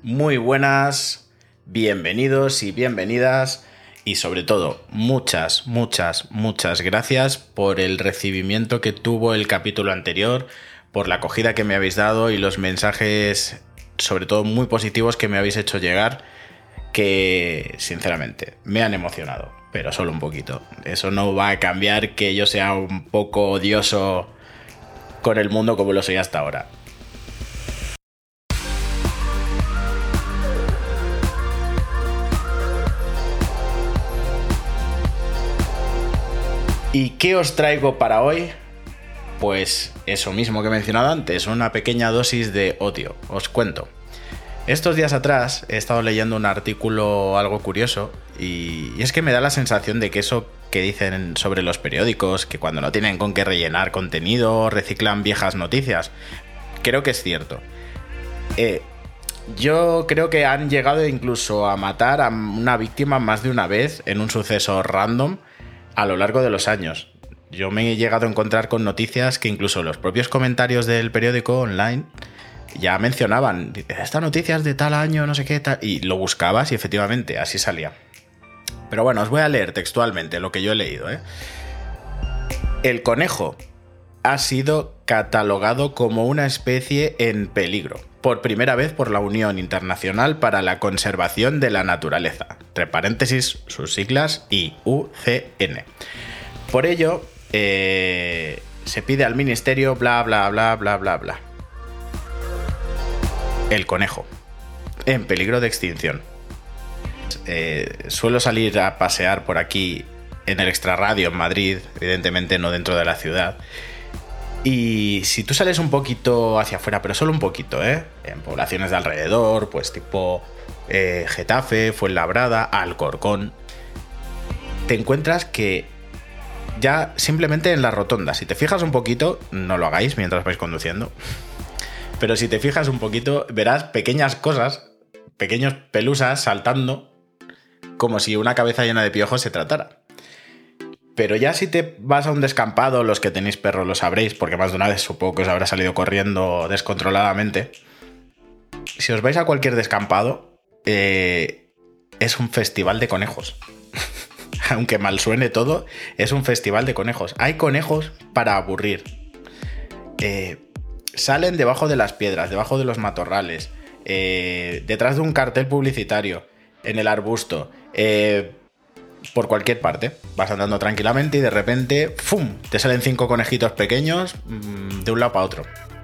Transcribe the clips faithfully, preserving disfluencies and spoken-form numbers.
Muy buenas, bienvenidos y bienvenidas y sobre todo muchas, muchas, muchas gracias por el recibimiento que tuvo el capítulo anterior, por la acogida que me habéis dado y los mensajes sobre todo muy positivos que me habéis hecho llegar, que sinceramente me han emocionado, pero solo un poquito. Eso no va a cambiar que yo sea un poco odioso con el mundo como lo soy hasta ahora. ¿Y qué os traigo para hoy? Pues eso mismo que he mencionado antes, una pequeña dosis de odio. Os cuento. Estos días atrás he estado leyendo un artículo algo curioso y, y es que me da la sensación de que eso que dicen sobre los periódicos, que cuando no tienen con qué rellenar contenido, reciclan viejas noticias, creo que es cierto. Eh, yo creo que han llegado incluso a matar a una víctima más de una vez en un suceso random a lo largo de los años. Yo me he llegado a encontrar con noticias que incluso los propios comentarios del periódico online ya mencionaban, esta noticia es de tal año, no sé qué, tal, y lo buscabas y efectivamente así salía. Pero bueno, os voy a leer textualmente lo que yo he leído, ¿eh? El conejo ha sido catalogado como una especie en peligro por primera vez por la Unión Internacional para la Conservación de la Naturaleza, entre paréntesis sus siglas I U C N. Por ello, eh, se pide al ministerio bla bla bla bla bla bla. El conejo, en peligro de extinción. Eh, suelo salir a pasear por aquí en el extrarradio en Madrid, evidentemente no dentro de la ciudad. Y si tú sales un poquito hacia afuera, pero solo un poquito, ¿eh? En poblaciones de alrededor, pues tipo eh, Getafe, Fuenlabrada, Alcorcón, te encuentras que ya simplemente en la rotonda, si te fijas un poquito, no lo hagáis mientras vais conduciendo, pero si te fijas un poquito, verás pequeñas cosas, pequeños pelusas saltando, como si una cabeza llena de piojos se tratara. Pero ya si te vas a un descampado, los que tenéis perros lo sabréis, porque más de una vez supongo que os habrá salido corriendo descontroladamente. Si os vais a cualquier descampado, eh, es un festival de conejos. Aunque mal suene todo, es un festival de conejos. Hay conejos para aburrir. Eh, salen debajo de las piedras, debajo de los matorrales, eh, detrás de un cartel publicitario, en el arbusto, eh, por cualquier parte. Vas andando tranquilamente y de repente ¡fum!, te salen cinco conejitos pequeños mmm, de un lado para otro.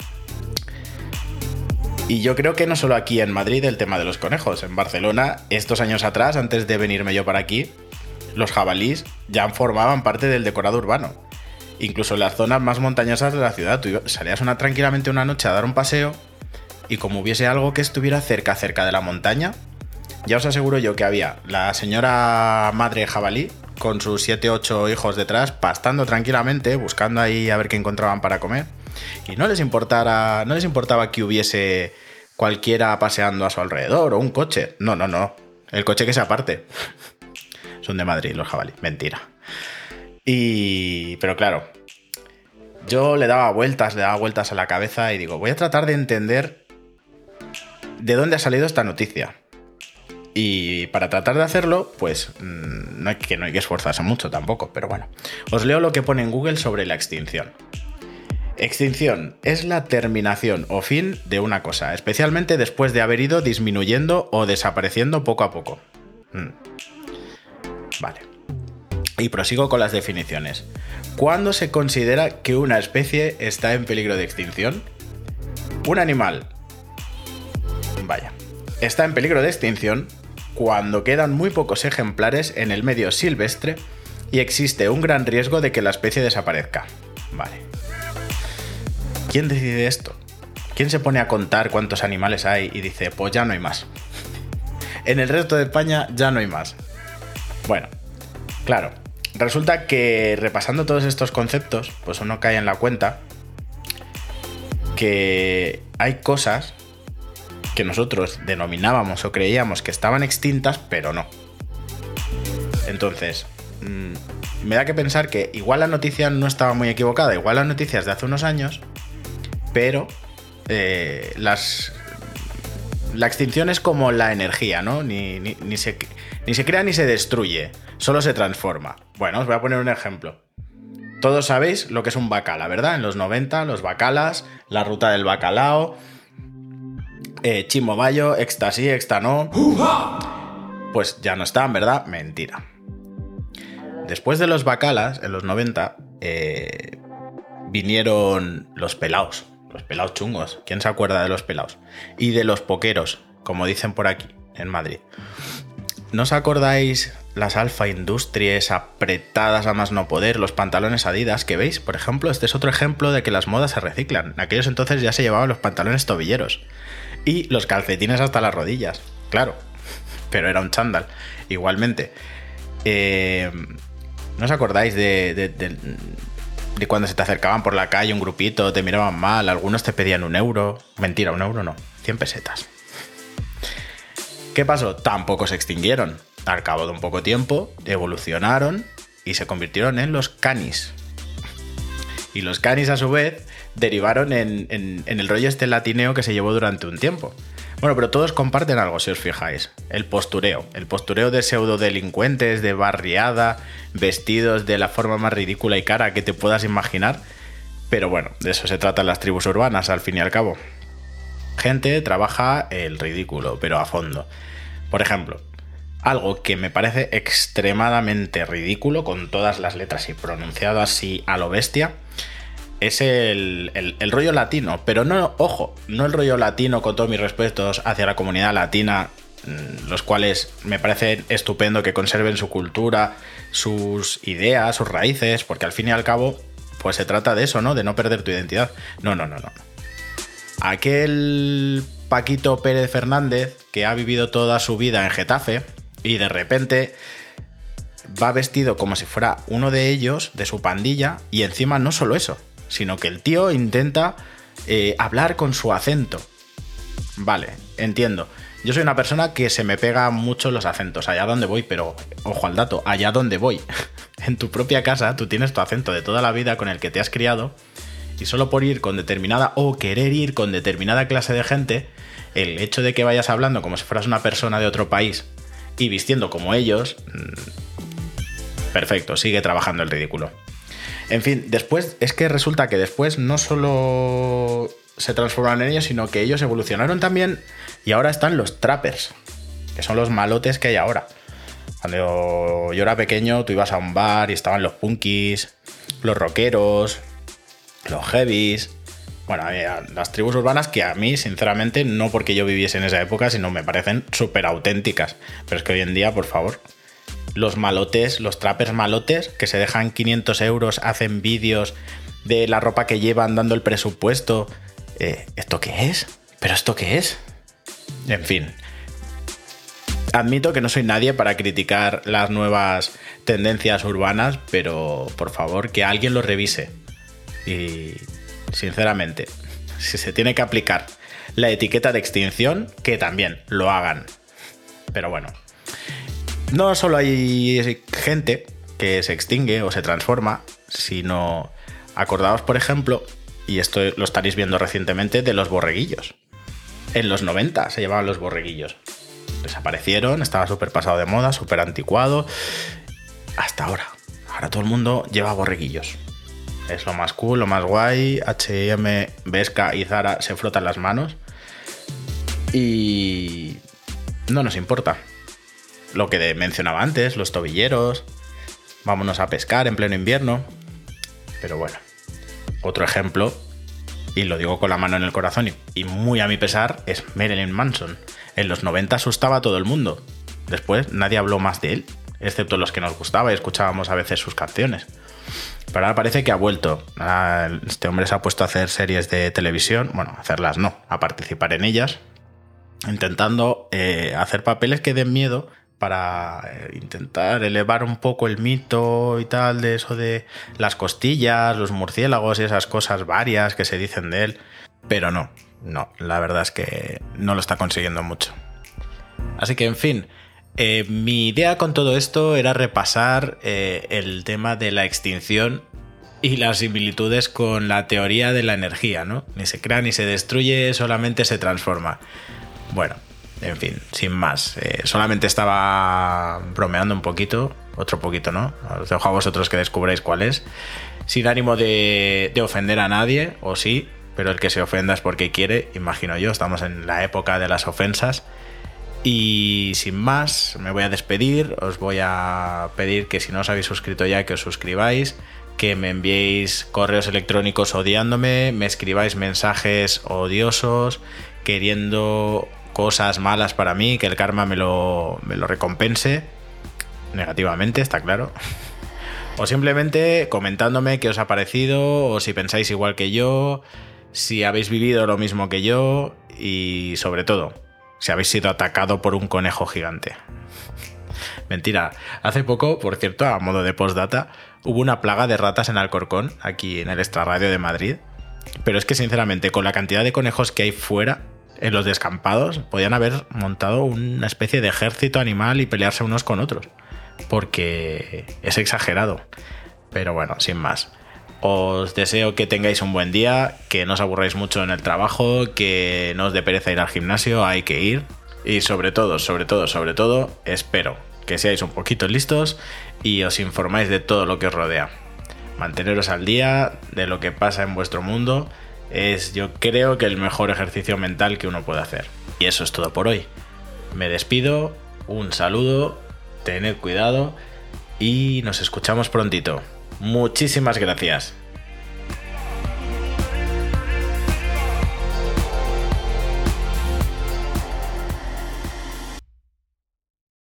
Y yo creo que no solo aquí en Madrid el tema de los conejos. En Barcelona, estos años atrás, antes de venirme yo para aquí, los jabalís ya formaban parte del decorado urbano. Incluso en las zonas más montañosas de la ciudad. Tú salías una, tranquilamente una noche a dar un paseo y como hubiese algo que estuviera cerca, cerca de la montaña, ya os aseguro yo que había la señora madre jabalí con sus siete ocho hijos detrás, pastando tranquilamente, buscando ahí a ver qué encontraban para comer. Y no les importara, no les importaba que hubiese cualquiera paseando a su alrededor o un coche. No, no, no. El coche que se aparte. Son de Madrid los jabalí. Mentira. Y... pero claro, yo le daba vueltas, le daba vueltas a la cabeza y digo, voy a tratar de entender de dónde ha salido esta noticia. Y para tratar de hacerlo, pues no hay que, no hay que esforzarse mucho tampoco, pero bueno. Os leo lo que pone en Google sobre la extinción. Extinción es la terminación o fin de una cosa, especialmente después de haber ido disminuyendo o desapareciendo poco a poco. Hmm. Vale. Y prosigo con las definiciones. ¿Cuándo se considera que una especie está en peligro de extinción? Un animal, vaya, está en peligro de extinción cuando quedan muy pocos ejemplares en el medio silvestre y existe un gran riesgo de que la especie desaparezca. Vale. ¿Quién decide esto? ¿Quién se pone a contar cuántos animales hay y dice, pues ya no hay más? En el resto de España ya no hay más. Bueno, claro, resulta que repasando todos estos conceptos, pues uno cae en la cuenta que hay cosas que nosotros denominábamos o creíamos que estaban extintas, pero no. Entonces, mmm, me da que pensar que igual la noticia no estaba muy equivocada, igual la noticia es de hace unos años, pero eh, las la extinción es como la energía, ¿no? Ni, ni, ni, se, ni se crea ni se destruye, solo se transforma. Bueno, os voy a poner un ejemplo. Todos sabéis lo que es un bacala, ¿verdad? En los noventa, los bacalas, la ruta del bacalao, eh, Chimo Bayo, Éxtasí, Éxtanó. Pues ya no están, ¿verdad? Mentira. Después de los bacalas, en los noventa, eh, vinieron los pelaos. Los pelaos chungos. ¿Quién se acuerda de los pelaos? Y de los poqueros, como dicen por aquí, en Madrid. ¿No os acordáis las Alfa Industries apretadas a más no poder? Los pantalones Adidas que veis, por ejemplo. Este es otro ejemplo de que las modas se reciclan. En aquellos entonces ya se llevaban los pantalones tobilleros. Y los calcetines hasta las rodillas. Claro, pero era un chándal. Igualmente. Eh, ¿No os acordáis de... de, de de cuando se te acercaban por la calle un grupito, te miraban mal, algunos te pedían un euro? Mentira, un euro no, cien pesetas. ¿Qué pasó? Tampoco se extinguieron. Al cabo de un poco tiempo, evolucionaron y se convirtieron en los canis. Y los canis, a su vez, derivaron en, en, en el rollo este latineo que se llevó durante un tiempo. Bueno, pero todos comparten algo, si os fijáis. El postureo. El postureo de pseudodelincuentes, de barriada, vestidos de la forma más ridícula y cara que te puedas imaginar. Pero bueno, de eso se tratan las tribus urbanas, al fin y al cabo. Gente trabaja el ridículo, pero a fondo. Por ejemplo, algo que me parece extremadamente ridículo, con todas las letras y pronunciado así a lo bestia, es el, el, el rollo latino. Pero no, ojo, no el rollo latino, con todos mis respetos hacia la comunidad latina, los cuales me parece estupendo que conserven su cultura, sus ideas, sus raíces, porque al fin y al cabo, pues se trata de eso, ¿no? De no perder tu identidad. No, no, no, no. Aquel Paquito Pérez Fernández que ha vivido toda su vida en Getafe y de repente va vestido como si fuera uno de ellos, de su pandilla, y encima no solo eso, sino que el tío intenta eh, hablar con su acento. Vale, entiendo. Yo soy una persona que se me pega mucho los acentos, allá donde voy, pero ojo al dato, allá donde voy. En tu propia casa tú tienes tu acento de toda la vida con el que te has criado, y solo por ir con determinada o querer ir con determinada clase de gente, el hecho de que vayas hablando como si fueras una persona de otro país y vistiendo como ellos, perfecto, sigue trabajando el ridículo. En fin, después, es que resulta que después no solo se transformaron en ellos, sino que ellos evolucionaron también y ahora están los trappers, que son los malotes que hay ahora. Cuando yo era pequeño, tú ibas a un bar y estaban los punkis, los rockeros, los heavies. Bueno, había las tribus urbanas que a mí, sinceramente, no porque yo viviese en esa época, sino me parecen súper auténticas. Pero es que hoy en día, por favor, los malotes, los trappers malotes, que se dejan quinientos euros, hacen vídeos de la ropa que llevan, dando el presupuesto. Eh, ¿Esto qué es? ¿Pero esto qué es? En fin. Admito que no soy nadie para criticar las nuevas tendencias urbanas, pero por favor, que alguien lo revise. Y, sinceramente, si se tiene que aplicar la etiqueta de extinción, que también lo hagan. Pero bueno, no solo hay gente que se extingue o se transforma, sino, acordaos, por ejemplo, y esto lo estaréis viendo recientemente, de los borreguillos. En los noventa se llamaban los borreguillos. Desaparecieron, estaba súper pasado de moda, súper anticuado. Hasta ahora. Ahora todo el mundo lleva borreguillos. Es lo más cool, lo más guay. H y M, Bershka y Zara se frotan las manos. Y no nos importa. Lo que mencionaba antes, los tobilleros. Vámonos a pescar en pleno invierno. Pero bueno, otro ejemplo, y lo digo con la mano en el corazón y muy a mi pesar, es Marilyn Manson. En los noventa asustaba a todo el mundo. Después nadie habló más de él, excepto los que nos gustaba y escuchábamos a veces sus canciones. Pero ahora parece que ha vuelto. Ahora este hombre se ha puesto a hacer series de televisión, bueno, a hacerlas no, a participar en ellas, intentando eh, hacer papeles que den miedo para eh, intentar elevar un poco el mito y tal de eso de las costillas, los murciélagos y esas cosas varias que se dicen de él. Pero no, no, la verdad es que no lo está consiguiendo mucho. Así que, en fin, eh, mi idea con todo esto era repasar eh, el tema de la extinción y las similitudes con la teoría de la energía, ¿no? Ni se crea ni se destruye, solamente se transforma. Bueno, en fin, sin más. Eh, solamente estaba bromeando un poquito, otro poquito, ¿no? Os dejo a vosotros que descubráis cuál es. Sin ánimo de, de ofender a nadie, o sí, pero el que se ofenda es porque quiere, imagino yo. Estamos en la época de las ofensas. Y sin más, me voy a despedir. Os voy a pedir que si no os habéis suscrito ya, que os suscribáis, que me enviéis correos electrónicos odiándome, me escribáis mensajes odiosos, queriendo cosas malas para mí, que el karma me lo, me lo recompense negativamente, está claro. O simplemente comentándome qué os ha parecido, o si pensáis igual que yo, si habéis vivido lo mismo que yo y sobre todo, si habéis sido atacado por un conejo gigante. Mentira, hace poco, por cierto, a modo de postdata, hubo una plaga de ratas en Alcorcón, aquí en el extrarradio de Madrid. Pero es que sinceramente, con la cantidad de conejos que hay fuera, en los descampados, podían haber montado una especie de ejército animal y pelearse unos con otros. Porque es exagerado. Pero bueno, sin más. Os deseo que tengáis un buen día, que no os aburráis mucho en el trabajo, que no os dé pereza ir al gimnasio, hay que ir. Y sobre todo, sobre todo, sobre todo, espero que seáis un poquito listos y os informáis de todo lo que os rodea. Manteneros al día de lo que pasa en vuestro mundo es, yo creo, que el mejor ejercicio mental que uno puede hacer. Y eso es todo por hoy. Me despido, un saludo, tened cuidado y nos escuchamos prontito. Muchísimas gracias.